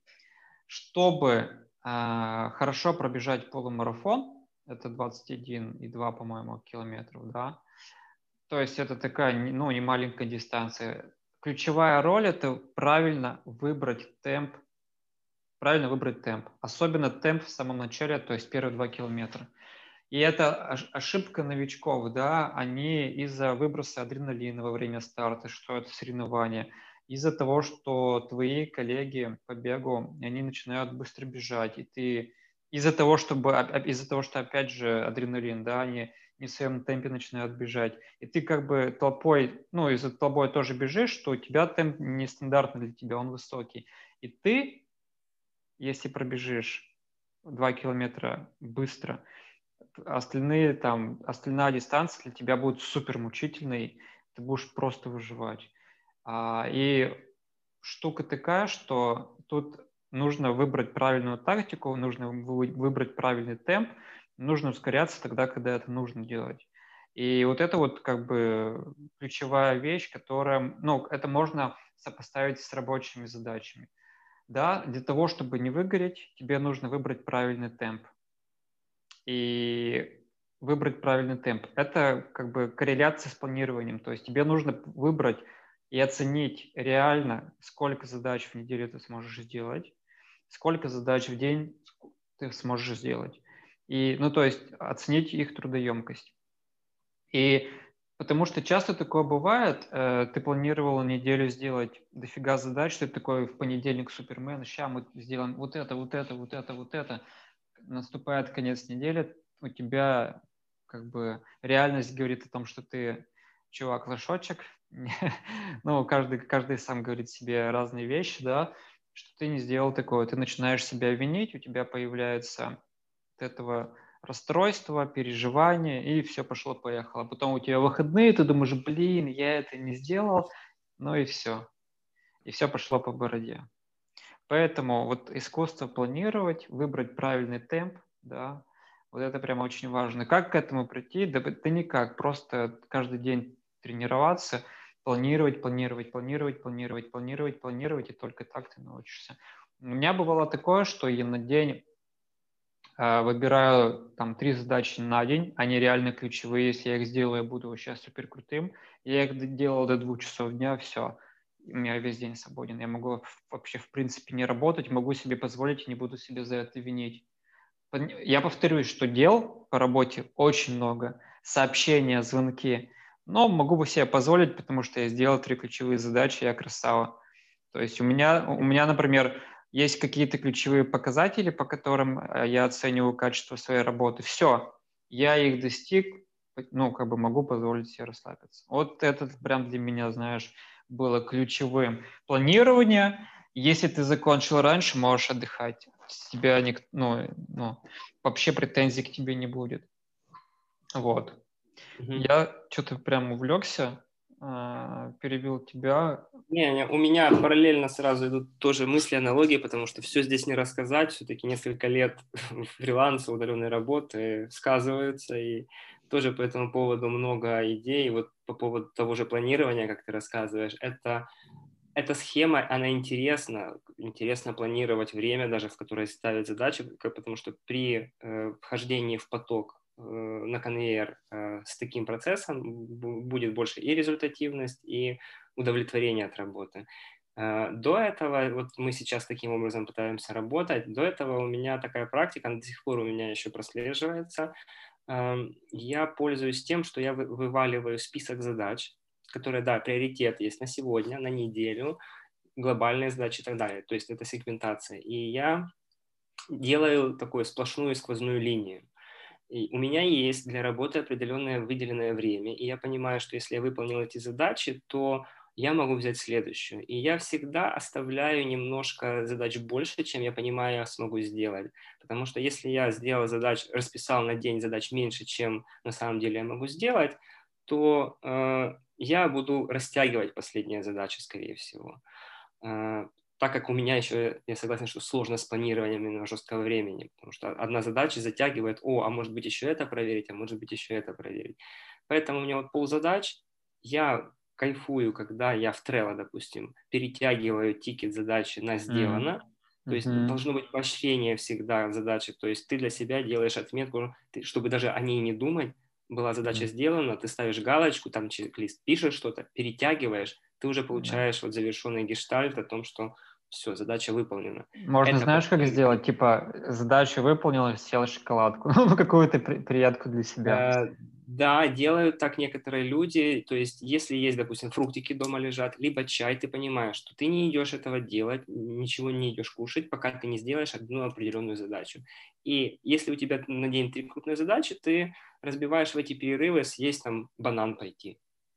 Чтобы э, хорошо пробежать полумарафон, это двадцать один и два, по-моему, километров, да, то есть это такая, ну, не маленькая дистанция. Ключевая роль – это правильно выбрать темп, правильно выбрать темп. Особенно темп в самом начале, то есть первые два километра. И это ошибка новичков, да, они из-за выброса адреналина во время старта, что это соревнование, из-за того, что твои коллеги по бегу, они начинают быстро бежать, и ты из-за того, чтобы, из-за того, что, опять же, адреналин, да, они не в своем темпе начинают бежать, и ты как бы толпой, ну, из-за толпой тоже бежишь, что у тебя темп нестандартный для тебя, он высокий. И ты, если пробежишь два километра быстро, остальные там, остальная дистанция для тебя будет супер мучительной, ты будешь просто выживать. А, и штука такая, что тут нужно выбрать правильную тактику, нужно выбрать правильный темп, нужно ускоряться тогда, когда это нужно делать. И вот это вот как бы ключевая вещь, которая, ну, это можно сопоставить с рабочими задачами. Да, для того, чтобы не выгореть, тебе нужно выбрать правильный темп. И выбрать правильный темп. Это как бы корреляция с планированием. То есть тебе нужно выбрать и оценить реально, сколько задач в неделю ты сможешь сделать, сколько задач в день ты сможешь сделать. И, ну, то есть оценить их трудоемкость. И Потому что часто такое бывает, э, ты планировал неделю сделать дофига задач, ты такой в понедельник супермен, ща мы сделаем вот это, вот это, вот это, вот это. Наступает конец недели, у тебя как бы реальность говорит о том, что ты чувак лошочек, ну, каждый, каждый сам говорит себе разные вещи, да, что ты не сделал такое, ты начинаешь себя винить, у тебя появляется от этого расстройство, переживание, и все пошло-поехало. Потом у тебя выходные, ты думаешь, блин, я это не сделал, ну и все. И все пошло по бороде. Поэтому вот искусство планировать, выбрать правильный темп, да, вот это прям очень важно. Как к этому прийти? Да, да никак, просто каждый день тренироваться, планировать, планировать, планировать, планировать, планировать, планировать, и только так ты научишься. У меня бывало такое, что я на день э, выбираю там три задачи на день, они реально ключевые, если я их сделаю, я буду вообще супер крутым. Я их делал до двух часов дня, все, у меня весь день свободен. Я могу вообще в принципе не работать, могу себе позволить и не буду себе за это винить. Я повторюсь, что дел по работе очень много, сообщения, звонки, но могу бы себе позволить, потому что я сделал три ключевые задачи, я красава. То есть у меня, у меня, например, есть какие-то ключевые показатели, по которым э, я оцениваю качество своей работы. Все, я их достиг, ну, как бы могу позволить себе расслабиться. Вот это прям для меня, знаешь, было ключевым. Планирование, если ты закончил раньше, можешь отдыхать. С тебя ник- ну, ну, вообще претензий к тебе не будет. Вот. Мгм. Я что-то прям увлекся, а, перебил тебя. Не, не, у меня параллельно сразу идут тоже мысли, аналогии, потому что все здесь не рассказать, все-таки несколько лет фриланса, удаленной работы сказываются, и тоже по этому поводу много идей. Вот по поводу того же планирования, как ты рассказываешь, это, эта схема, она интересна, интересно планировать время даже, в которое ставить задачи, как- потому что при э, вхождении в поток э, на конвейер э, с таким процессом бу- будет больше и результативность, и удовлетворение от работы. Э, До этого, вот мы сейчас таким образом пытаемся работать, до этого у меня такая практика, она до сих пор у меня еще прослеживается. Эм, Я пользуюсь тем, что я вы- вываливаю список задач, которые, да, приоритет есть на сегодня, на неделю, глобальные задачи и так далее. То есть это сегментация. И я делаю такую сплошную сквозную линию. И у меня есть для работы определенное выделенное время, и я понимаю, что если я выполнил эти задачи, то я могу взять следующую. И я всегда оставляю немножко задач больше, чем я понимаю, я смогу сделать. Потому что если я сделал задач, расписал на день задач меньше, чем на самом деле я могу сделать, то э, я буду растягивать последние задачи, скорее всего. Э, так как у меня еще, я согласен, что сложно с планированием именно жесткого времени, потому что одна задача затягивает, о, а может быть еще это проверить, а может быть еще это проверить. Поэтому у меня вот ползадач, я кайфую, когда я в Trello, допустим, перетягиваю тикет задачи на М, сделано, то есть мгм. должно быть поощрение всегда в задаче, то есть ты для себя делаешь отметку, ты- чтобы даже о ней не думать, была задача Мгм. сделана, ты ставишь галочку, там чек-лист, пишешь что-то, перетягиваешь, ты уже Да. получаешь вот завершенный гештальт о том, что все, задача выполнена. Можно, Это знаешь, как поощряет. сделать? Типа, задачу выполнил, съел шоколадку. Ну, какую-то при- приятку для себя. Э, Да, делают так некоторые люди. То есть, если есть, допустим, фруктики дома лежат, либо чай, ты понимаешь, что ты не идешь этого делать, ничего не идешь кушать, пока ты не сделаешь одну определенную задачу. И если у тебя на день три крупные задачи, ты разбиваешь в эти перерывы съесть там банан пойти,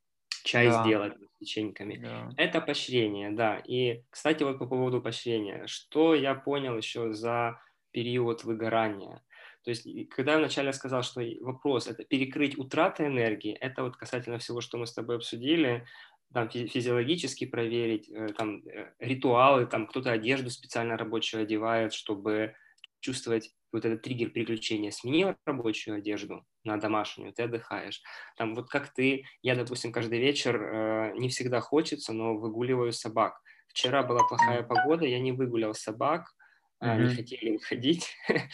чай Да, сделать с печеньками. да. Это поощрение, да. И, кстати, вот по поводу поощрения. Что я понял еще за период выгорания? То есть, и когда я вначале сказал, что и вопрос– это перекрыть утраты энергии, это вот касательно всего, что мы с тобой обсудили, там фи- физиологически проверить, э, там э, ритуалы, там кто-то одежду специально рабочую одевает, чтобы чувствовать вот этот триггер переключения. Сменил рабочую одежду на домашнюю, ты отдыхаешь. Там вот как ты, я, допустим, каждый вечер, э, не всегда хочется, но выгуливаю собак. Вчера была плохая М, погода, я не выгулял собак, э, не мгм, хотели выходить.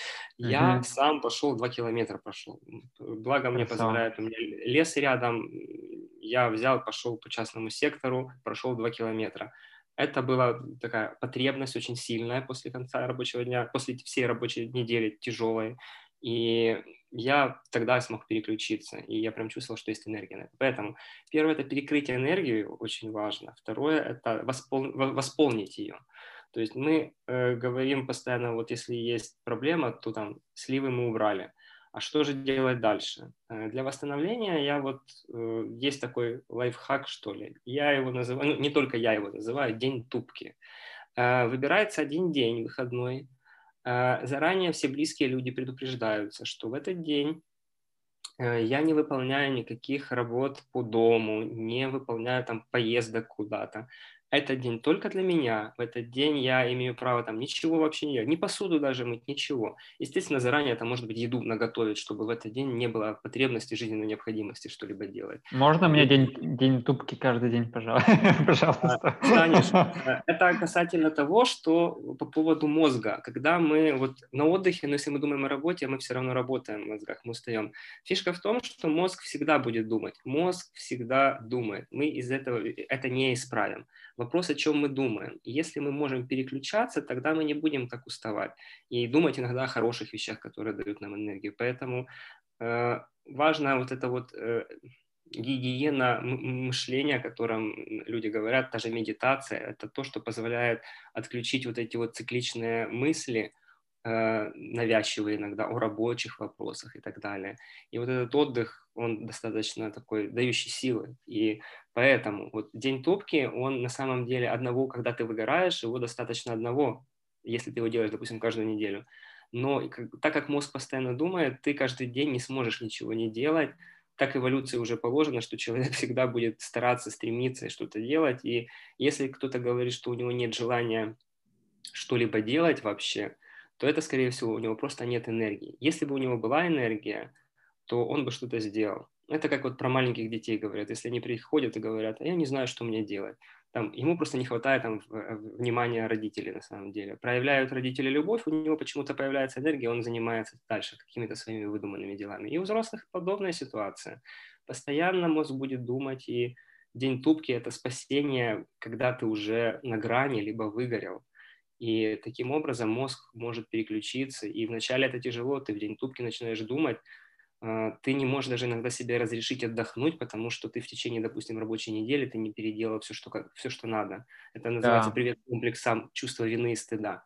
Я мгм. сам пошел, два километра прошел. Благо мне Красава. позволяет, у меня лес рядом, я взял, пошел по частному сектору, прошел два километра. Это была такая потребность очень сильная после конца рабочего дня, после всей рабочей недели тяжелой. И я тогда смог переключиться, и я прям чувствовал, что есть энергия. Поэтому первое – это перекрыть энергию, очень важно. Второе – это воспол... восполнить ее. То есть мы э, говорим постоянно, вот если есть проблема, то там сливы мы убрали. А что же делать дальше? Э, для восстановления я вот, э, есть такой лайфхак, что ли. Я его называю, ну, не только я его называю, день тупки. Э, выбирается один день выходной. Э, заранее все близкие люди предупреждаются, что в этот день э, я не выполняю никаких работ по дому, не выполняю там поездок куда-то. Этот день только для меня. В этот день я имею право там ничего вообще не делать, ни посуду даже мыть, ничего. Естественно, заранее это может быть еду наготовить, чтобы в этот день не было потребности, жизненной необходимости что-либо делать. Можно мне Если день, день тупки каждый день, пожалуй- А, пожалуйста? Конечно. Э, Это касательно того, что по поводу мозга. Когда мы вот на отдыхе, но если мы думаем о работе, мы все равно работаем в мозгах, мы устаем. Фишка в том, что мозг всегда будет думать. Мозг всегда думает. Мы из этого это не исправим. Вопрос, о чем мы думаем. И если мы можем переключаться, тогда мы не будем так уставать. И думать иногда о хороших вещах, которые дают нам энергию. Поэтому э, важно вот это вот э, гигиена мышления, о котором люди говорят, та же медитация, это то, что позволяет отключить вот эти вот цикличные мысли, э, навязчивые иногда, о рабочих вопросах и так далее. И вот этот отдых, он достаточно такой, дающий силы. И поэтому вот день топки, он на самом деле одного, когда ты выгораешь, его достаточно одного, если ты его делаешь, допустим, каждую неделю. Но так как мозг постоянно думает, ты каждый день не сможешь ничего не делать, так эволюции уже положено, что человек всегда будет стараться, стремиться и что-то делать. И если кто-то говорит, что у него нет желания что-либо делать вообще, то это, скорее всего, у него просто нет энергии. Если бы у него была энергия, то он бы что-то сделал. Это как вот про маленьких детей говорят. Если они приходят и говорят, а я не знаю, что мне делать. Там, ему просто не хватает там, внимания родителей на самом деле. Проявляют родители любовь, у него почему-то появляется энергия, он занимается дальше какими-то своими выдуманными делами. И у взрослых подобная ситуация. Постоянно мозг будет думать, и день тупки – это спасение, когда ты уже на грани, либо выгорел. И таким образом мозг может переключиться. И вначале это тяжело, ты в день тупки начинаешь думать, ты не можешь даже иногда себе разрешить отдохнуть, потому что ты в течение, допустим, рабочей недели ты не переделал все, что, как, все, что надо. Это называется Да. привет комплексам чувства вины и стыда.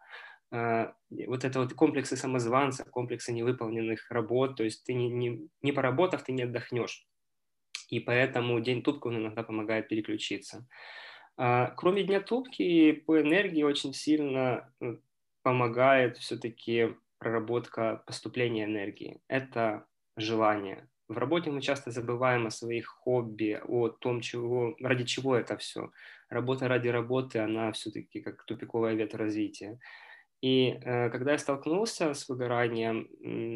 Вот это вот комплексы самозванца, комплексы невыполненных работ, то есть ты не, не, не поработав, ты не отдохнешь. И поэтому день тупки он иногда помогает переключиться. Кроме дня тупки, по энергии очень сильно помогает все-таки проработка поступления энергии. Это желание. В работе мы часто забываем о своих хобби, о том, чего, ради чего это все. Работа ради работы, она все-таки как тупиковая ветвь развития. И э, когда я столкнулся с выгоранием,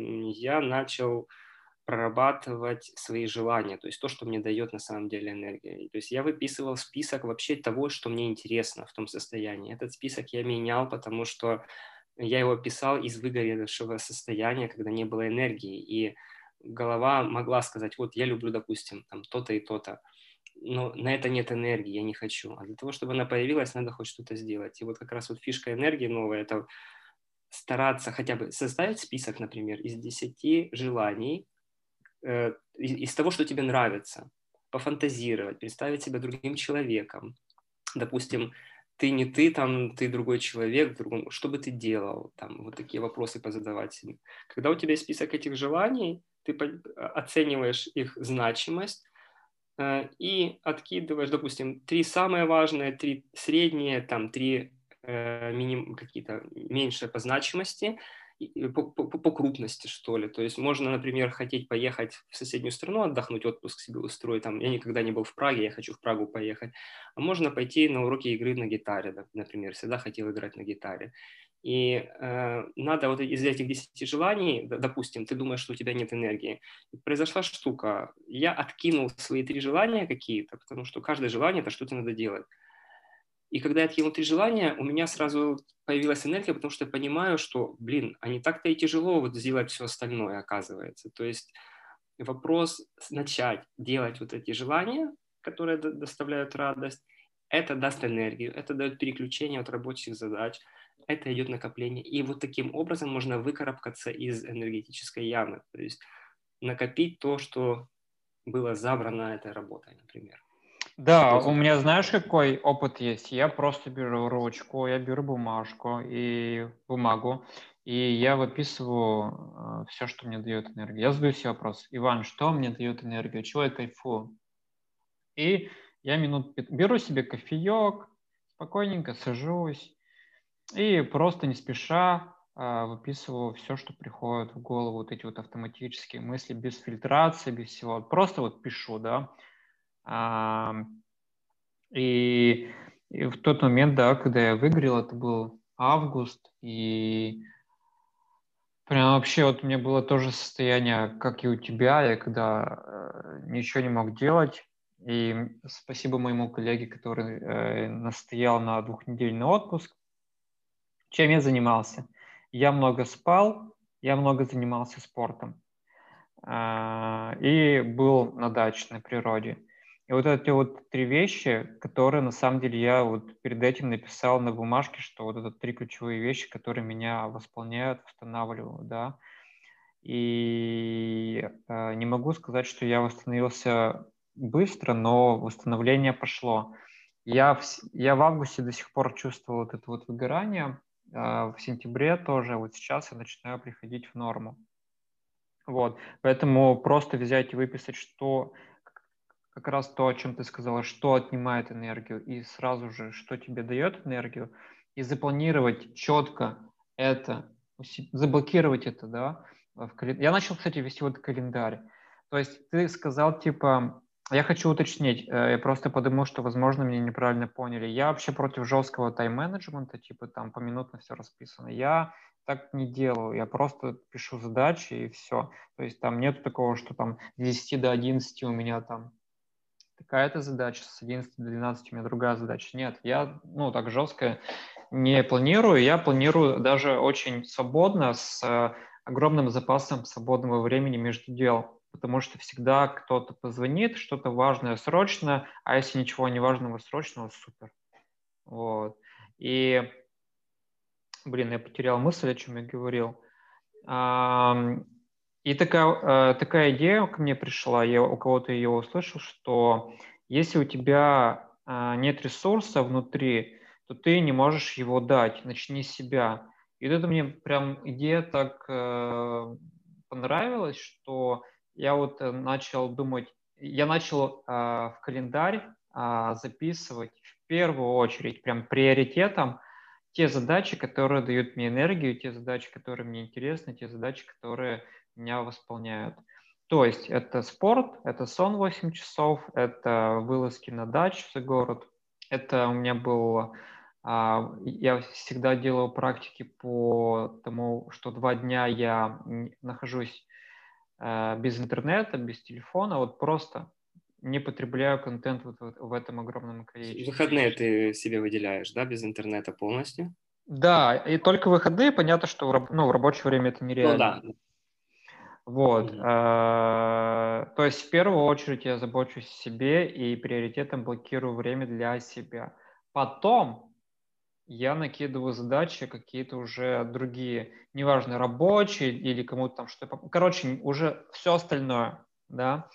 я начал прорабатывать свои желания, то есть то, что мне дает на самом деле энергия. То есть я выписывал список вообще того, что мне интересно в том состоянии. Этот список я менял, потому что я его писал из выгоревшего состояния, когда не было энергии, и голова могла сказать, вот я люблю, допустим, там то-то и то-то, но на это нет энергии, я не хочу. А для того, чтобы она появилась, надо хоть что-то сделать. И вот как раз вот фишка энергии новая – это стараться хотя бы составить список, например, из десяти желаний, э, из того, что тебе нравится, пофантазировать, представить себя другим человеком. Допустим, ты не ты, там, ты другой человек, другом, что бы ты делал, там, вот такие вопросы позадавать себе. Когда у тебя есть список этих желаний, ты оцениваешь их значимость э, и откидываешь, допустим, три самые важные, три средние, там, три э, миним, какие-то меньшие по значимости, по, по, по крупности, что ли. То есть можно, например, хотеть поехать в соседнюю страну, отдохнуть, отпуск себе устроить. Там, я никогда не был в Праге, я хочу в Прагу поехать. А можно пойти на уроки игры на гитаре, например. Всегда хотел играть на гитаре. И э, надо вот из этих десяти желаний, допустим, ты думаешь, что у тебя нет энергии. Произошла штука. Я откинул свои три желания какие-то, потому что каждое желание – это что-то надо делать. И когда я откинул три желания, у меня сразу появилась энергия, потому что я понимаю, что, блин, а не так-то и тяжело вот сделать все остальное, оказывается. То есть вопрос начать делать вот эти желания, которые доставляют радость, это даст энергию, это дает переключение от рабочих задач, это идет накопление. И вот таким образом можно выкарабкаться из энергетической ямы. То есть накопить то, что было забрано этой работой, например. Да, Что у меня, знаешь, какой опыт есть? Я просто беру ручку, я беру бумажку и бумагу, и я выписываю все, что мне дает энергию. Я задаю себе вопрос: Иван, что мне дает энергию? Чего я кайфую? И я минут пят- беру себе кофеек, спокойненько сажусь и просто не спеша а, выписываю все, что приходит в голову, вот эти вот автоматические мысли, без фильтрации, без всего. Просто вот пишу, да. А, И, и в тот момент, да, когда я выиграл, это был август, и прям вообще вот у меня было то же состояние, как и у тебя, я когда э, ничего не мог делать, и спасибо моему коллеге, который э, настоял на двухнедельный отпуск. Чем я занимался? Я много спал, я много занимался спортом. а, и был на даче, на природе. И вот эти вот три вещи, которые на самом деле я вот перед этим написал на бумажке, что вот это три ключевые вещи, которые меня восполняют, восстанавливают, да. И э, не могу сказать, что я восстановился быстро, но восстановление пошло. Я в, с- я в августе до сих пор чувствовал вот это вот выгорание, а в сентябре тоже, вот сейчас я начинаю приходить в норму. Вот, поэтому просто взять и выписать, что как раз то, о чем ты сказала, что отнимает энергию, и сразу же, что тебе дает энергию, и запланировать четко это, заблокировать это, да. В кален... Я начал, кстати, вести вот календарь. То есть ты сказал, типа, я хочу уточнить, э, я просто подумал, что, возможно, меня неправильно поняли. Я вообще против жесткого тайм-менеджмента, типа там поминутно все расписано. Я так не делаю, я просто пишу задачи и все. То есть там нет такого, что там с десяти до одиннадцати у меня там такая-то задача, с одиннадцати до двенадцати у меня другая задача. Нет, я, ну, так жестко не планирую. Я планирую даже очень свободно, с э, огромным запасом свободного времени между дел. Потому что всегда кто-то позвонит, что-то важное срочно, а если ничего не важного срочного, супер. Вот. И, блин, я потерял мысль, о чем я говорил. Ам, И такая, э, такая идея ко мне пришла, я у кого-то ее услышал, что если у тебя а, нет ресурса внутри, то ты не можешь его дать, начни с себя. И вот это мне прям идея так э, понравилась, что я вот э, начал думать, я начал а, в календарь а, записывать в первую очередь прям приоритетом те задачи, которые дают мне энергию, те задачи, которые мне интересны, те задачи, которые меня восполняют. То есть это спорт, это сон восемь часов, это вылазки на дачу за город. Это у меня было... а, Я всегда делал практики по тому, что два дня я нахожусь а, без интернета, без телефона, вот просто не потребляю контент вот в этом огромном количестве. Выходные ты себе выделяешь, да, без интернета полностью? Да, и только выходные, понятно, что в, раб- ну, в рабочее время это Ну нереально. да. Вот. Мгм. э, То есть в первую очередь я забочусь о себе и приоритетом блокирую время для себя. Потом я накидываю задачи какие-то уже другие, неважно, рабочие или кому-то там что-то. Короче, уже все остальное, да.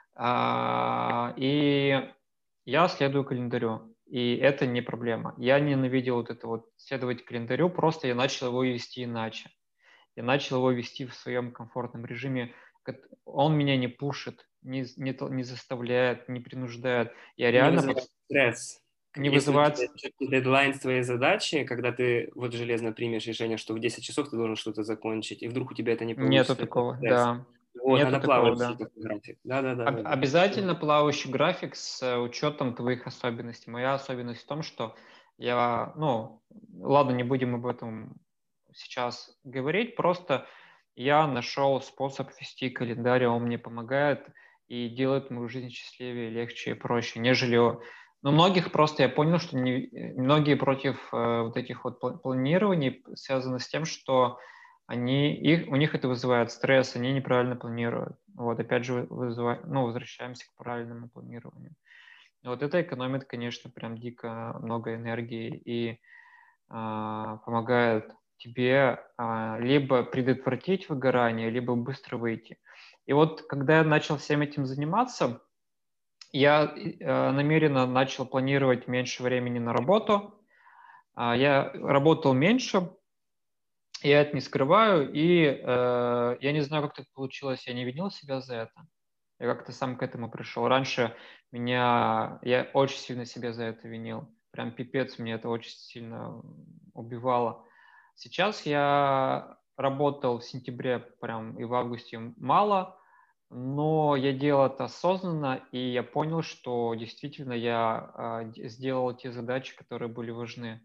А, И я следую календарю, и это не проблема. Я ненавидел вот это вот следовать календарю, просто я начал его вести иначе. Я начал его вести в своем комфортном режиме. Он меня не пушит, не, не, то- не заставляет, не принуждает. Я Не реально под- вызывает стресс. К- не Если у вызывает... тебя четкий дедлайн с твоей задачи, когда ты вот железно примешь решение, что в десять часов ты должен что-то закончить, и вдруг у тебя это не Нету получится, это такого, стресс. да. Вот, Нету надо такого, плавающий да. такой график. Да-да-да. Об- обязательно плавающий график с э, учетом твоих особенностей. Моя особенность в том, что я, ну, ладно, не будем об этом сейчас говорить, просто я нашел способ вести календарь, он мне помогает и делает мою жизнь счастливее, легче и проще, нежели... Но многих просто я понял, что не, многие против э, вот этих вот пла- планирований связаны с тем, что они, их, у них это вызывает стресс, они неправильно планируют. Вот, опять же, вызывает, ну, возвращаемся к правильному планированию. Вот это экономит, конечно, прям дико много энергии и а, помогает тебе а, либо предотвратить выгорание, либо быстро выйти. И вот когда я начал всем этим заниматься, я э, намеренно начал планировать меньше времени на работу. А, я работал меньше, я это не скрываю, и э, я не знаю, как так получилось, я не винил себя за это. Я как-то сам к этому пришел. Раньше меня, я очень сильно себя за это винил. Прям пипец, мне это очень сильно убивало. Сейчас я работал в сентябре прям и в августе мало, но я делал это осознанно, и я понял, что действительно я э, сделал те задачи, которые были важны.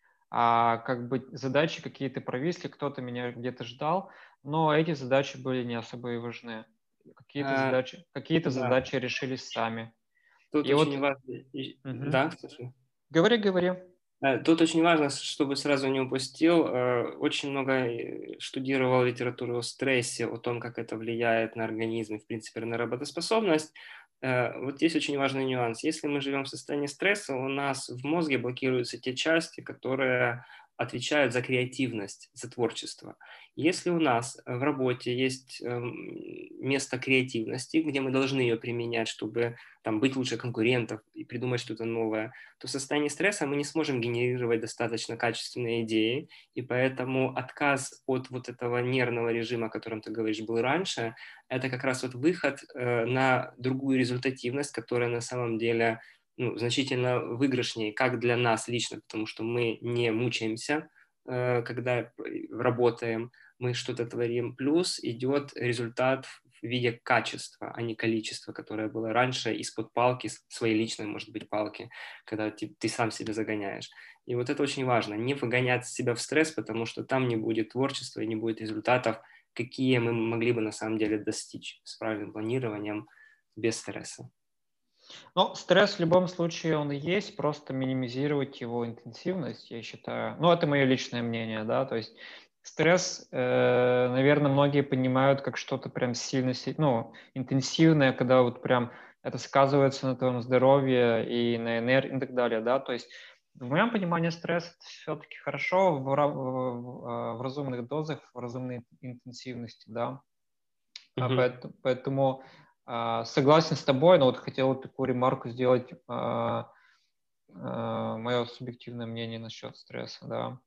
А как бы задачи какие-то провисли, кто-то меня где-то ждал, но эти задачи были не особо и важны. Какие-то А, задачи, какие-то да, задачи решились сами. тут И очень вот, важно... и- мгм. Да, слушай. Говори, говори. Э, Тут очень важно, чтобы сразу не упустил, э, очень много э, штудировал литературу о стрессе, о том, как это влияет на организм и, в принципе, на работоспособность. Э, Вот здесь очень важный нюанс. Если мы живем в состоянии стресса, у нас в мозге блокируются те части, которые отвечают за креативность, за творчество. Если у нас в работе есть эм, место креативности, где мы должны ее применять, чтобы там, быть лучше конкурентов и придумать что-то новое, то в состоянии стресса мы не сможем генерировать достаточно качественные идеи, и поэтому отказ от вот этого нервного режима, о котором ты говоришь, был раньше, это как раз вот выход э, на другую результативность, которая на самом деле ну, значительно выигрышнее как для нас лично, потому что мы не мучаемся, э, когда работаем, мы что-то творим, плюс идет результат в виде качества, а не количества, которое было раньше из-под палки, своей личной, может быть, палки, когда ты, ты сам себя загоняешь. И вот это очень важно, не выгонять себя в стресс, потому что там не будет творчества и не будет результатов, какие мы могли бы на самом деле достичь с правильным планированием без стресса. Ну, стресс в любом случае он и есть, просто минимизировать его интенсивность, я считаю. Ну, это мое личное мнение, да, то есть стресс, э, наверное, многие понимают как что-то прям сильно, си- ну, интенсивное, когда вот прям это сказывается на твоем здоровье и на энергии и так далее, да, то есть в моем понимании стресс все-таки хорошо в, ра- в, в, в разумных дозах, в разумной интенсивности, да. А Мгм. поэт- Поэтому а, согласен с тобой, но вот хотел вот такую ремарку сделать, а, а, мое субъективное мнение насчет стресса, да.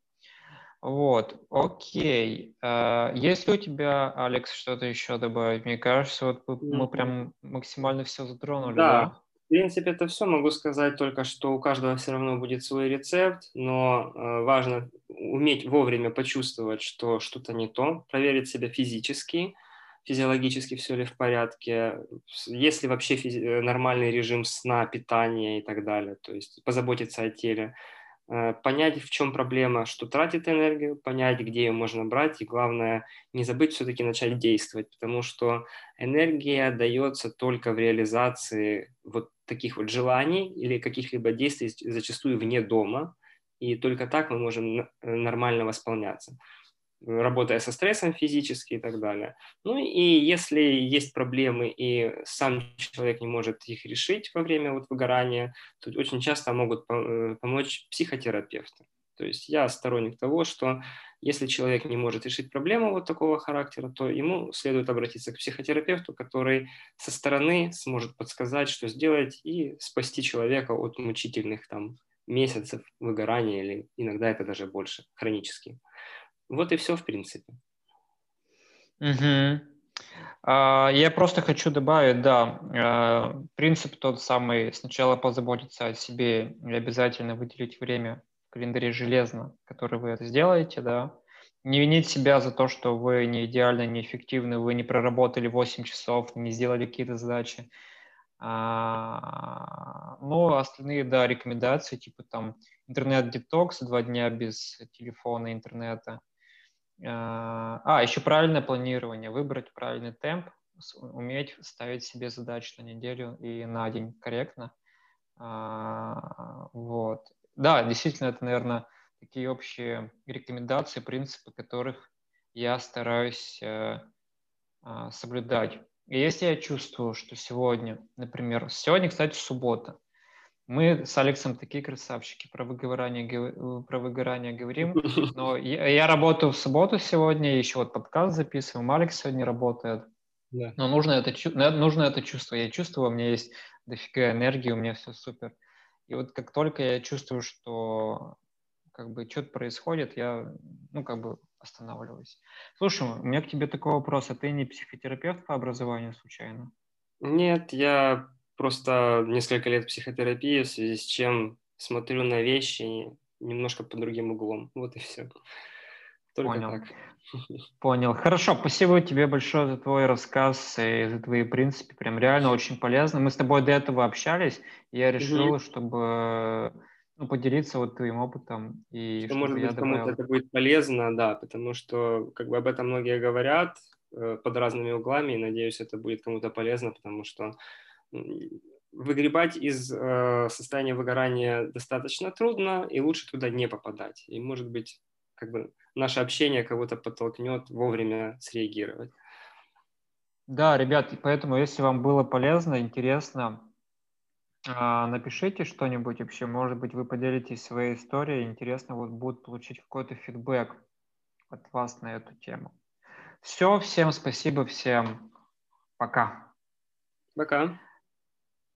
Вот, окей. А, есть ли у тебя, Алекс, что-то еще добавить? Мне кажется, вот мы мы прям максимально все затронули, Да, да? в принципе, это все. Могу сказать только, что у каждого все равно будет свой рецепт, но э, важно уметь вовремя почувствовать, что что-то не то, проверить себя физически, физиологически все ли в порядке, с- есть ли вообще физи- э, нормальный режим сна, питания и так далее, то есть позаботиться о теле. Э, понять, в чем проблема, что тратит энергию, понять, где ее можно брать, и главное, не забыть все-таки начать действовать, потому что энергия дается только в реализации вот таких вот желаний или каких-либо действий, зачастую вне дома, и только так мы можем н- нормально восполняться, работая со стрессом физически и так далее. Ну и если есть проблемы, и сам человек не может их решить во время вот выгорания, то очень часто могут по- э, помочь психотерапевты. То есть я сторонник того, что если человек не может решить проблему вот такого характера, то ему следует обратиться к психотерапевту, который со стороны сможет подсказать, что сделать, и спасти человека от мучительных там месяцев выгорания, или иногда это даже больше, хронически. Вот и все, в принципе. Мгм. А, Я просто хочу добавить, да, э, принцип тот самый, сначала позаботиться о себе и обязательно выделить время в календаре железно, который вы это сделаете, да. Не винить себя за то, что вы не идеально, не эффективны, вы не проработали восемь часов, не сделали какие-то задачи. А, Ну, остальные, да, рекомендации, типа там интернет-детокс, два дня без телефона, интернета, а, а, еще правильное планирование, выбрать правильный темп, с- уметь ставить себе задачи на неделю и на день корректно. А, Вот. Да, действительно, это, наверное, такие общие рекомендации, принципы, которых я стараюсь э, а, соблюдать. И если я чувствую, что сегодня, например, сегодня, кстати, суббота, мы с Алексом такие красавчики, про выгорание, гов- про выгорание говорим, но я, я работаю в субботу сегодня, еще вот подкаст записываем, Алекс сегодня работает. Да. Но нужно это, чу- на- нужно это чувство. Я чувствую, у меня есть дофига энергии, у меня все супер. И вот как только я чувствую, что как бы что-то происходит, я, ну, как бы останавливаюсь. Слушай, у меня к тебе такой вопрос. А ты не психотерапевт по образованию случайно? Нет, я просто несколько лет психотерапии, в связи с чем смотрю на вещи немножко под другим углом. Вот и все. Только Понял. так. Понял. Хорошо, спасибо тебе большое за твой рассказ и за твои принципы. Прям реально очень полезно. Мы с тобой до этого общались, и я Мгм. решил, чтобы ну, поделиться вот твоим опытом, и Что, чтобы может я быть, кому-то добавил. это будет полезно, да, потому что как бы об этом многие говорят э, под разными углами, и надеюсь, это будет кому-то полезно, потому что м, выгребать из э, состояния выгорания достаточно трудно, и лучше туда не попадать. И, может быть, как бы наше общение кого-то подтолкнет вовремя среагировать. Да, ребят, и поэтому, если вам было полезно, интересно, а, напишите что-нибудь вообще. Может быть, вы поделитесь своей историей. Интересно вот будет получить какой-то фидбэк от вас на эту тему. Все, всем спасибо, всем пока. Пока.